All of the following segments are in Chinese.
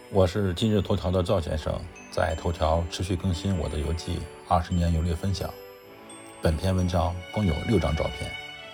我是今日头条的赵先生，在头条持续更新我的游记，20年游历分享。本篇文章共有6张照片。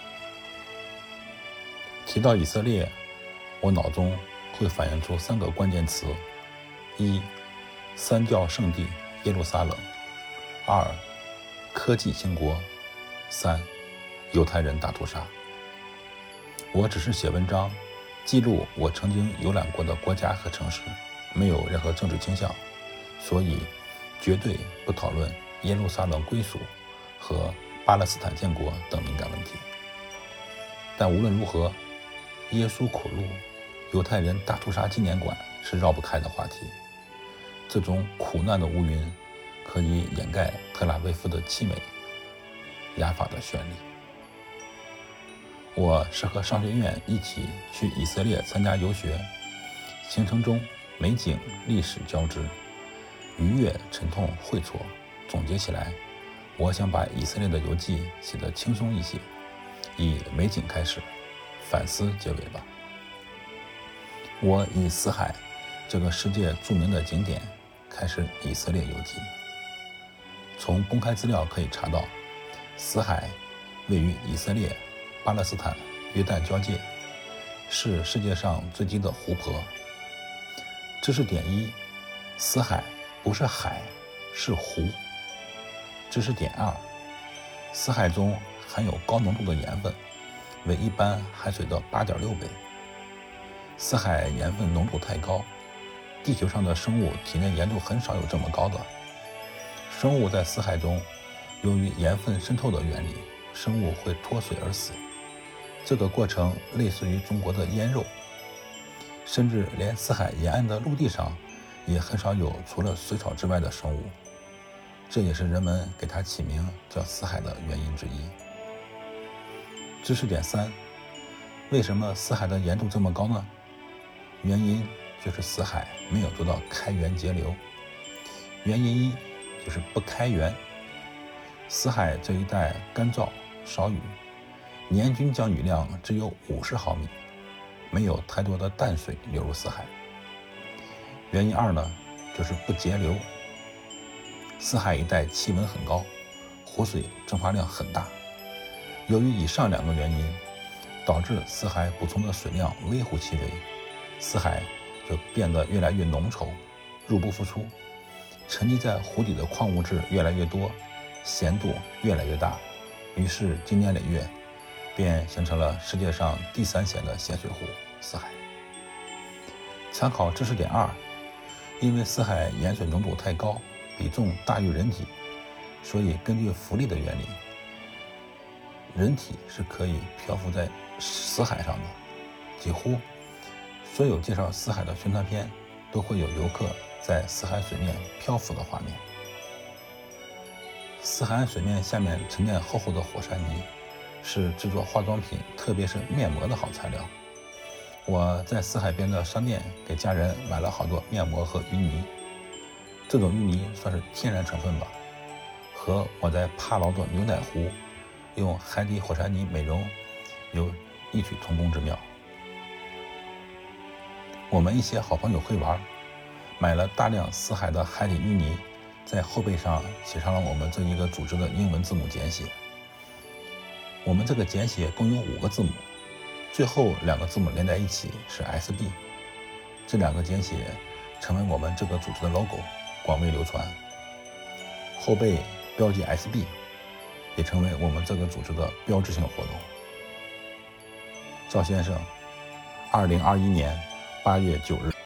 提到以色列，我脑中会反映出3个关键词：一、三教圣地耶路撒冷；二、科技兴国；三、犹太人大屠杀。我只是写文章，记录我曾经游览过的国家和城市，没有任何政治倾向，所以绝对不讨论耶路撒冷归属和巴勒斯坦建国等敏感问题。但无论如何，耶稣苦路、犹太人大屠杀纪念馆是绕不开的话题。这种苦难的乌云可以掩盖特拉维夫的凄美，雅法的绚丽。我是和商学院一起去以色列参加游学，行程中美景历史交织，愉悦沉痛荟萃。总结起来，我想把以色列的游记写得轻松一些，以美景开始，反思结尾吧。我以死海这个世界著名的景点开始以色列游记。从公开资料可以查到，死海位于以色列、巴勒斯坦、约旦交界，是世界上最低的湖泊。知识点1：死海不是海，是湖。知识点2：死海中含有高浓度的盐分，为一般海水的8.6倍。死海盐分浓度太高，地球上的生物体内盐度很少有这么高的。生物在死海中，由于盐分渗透的原理，生物会脱水而死。这个过程类似于中国的腌肉，甚至连死海沿岸的陆地上也很少有除了水草之外的生物，这也是人们给它起名叫死海的原因之一。知识点3：为什么死海的盐度这么高呢？原因就是死海没有做到开源节流。原因1就是不开源。死海这一带干燥少雨，年均降雨量只有50毫米，没有太多的淡水流入死海。原因2呢，就是不节流。死海一带气温很高，湖水蒸发量很大。由于以上2个原因，导致死海补充的水量微乎其微，死海就变得越来越浓稠，入不敷出，沉积在湖底的矿物质越来越多，咸度越来越大，于是经年累月便形成了世界上第3咸的咸水湖死海。参考知识点2：因为死海盐水浓度太高，比重大于人体，所以根据浮力的原理，人体是可以漂浮在死海上的。几乎所有介绍死海的宣传片都会有游客在死海水面漂浮的画面。死海岸水面下面沉淀厚厚的火山泥，是制作化妆品特别是面膜的好材料。我在死海边的商店给家人买了好多面膜和淤泥，这种淤泥算是天然成分吧，和我在帕劳的牛奶湖用海底火山泥美容有异曲同工之妙。我们一些好朋友会玩，买了大量死海的海底淤泥，在后背上写上了我们这一个组织的英文字母简写。我们这个简写共有5个字母，最后2个字母连在一起是 SB， 这2个简写成为我们这个组织的 logo， 广为流传。后背标记 SB 也成为我们这个组织的标志性活动。赵先生，2021年8月9日。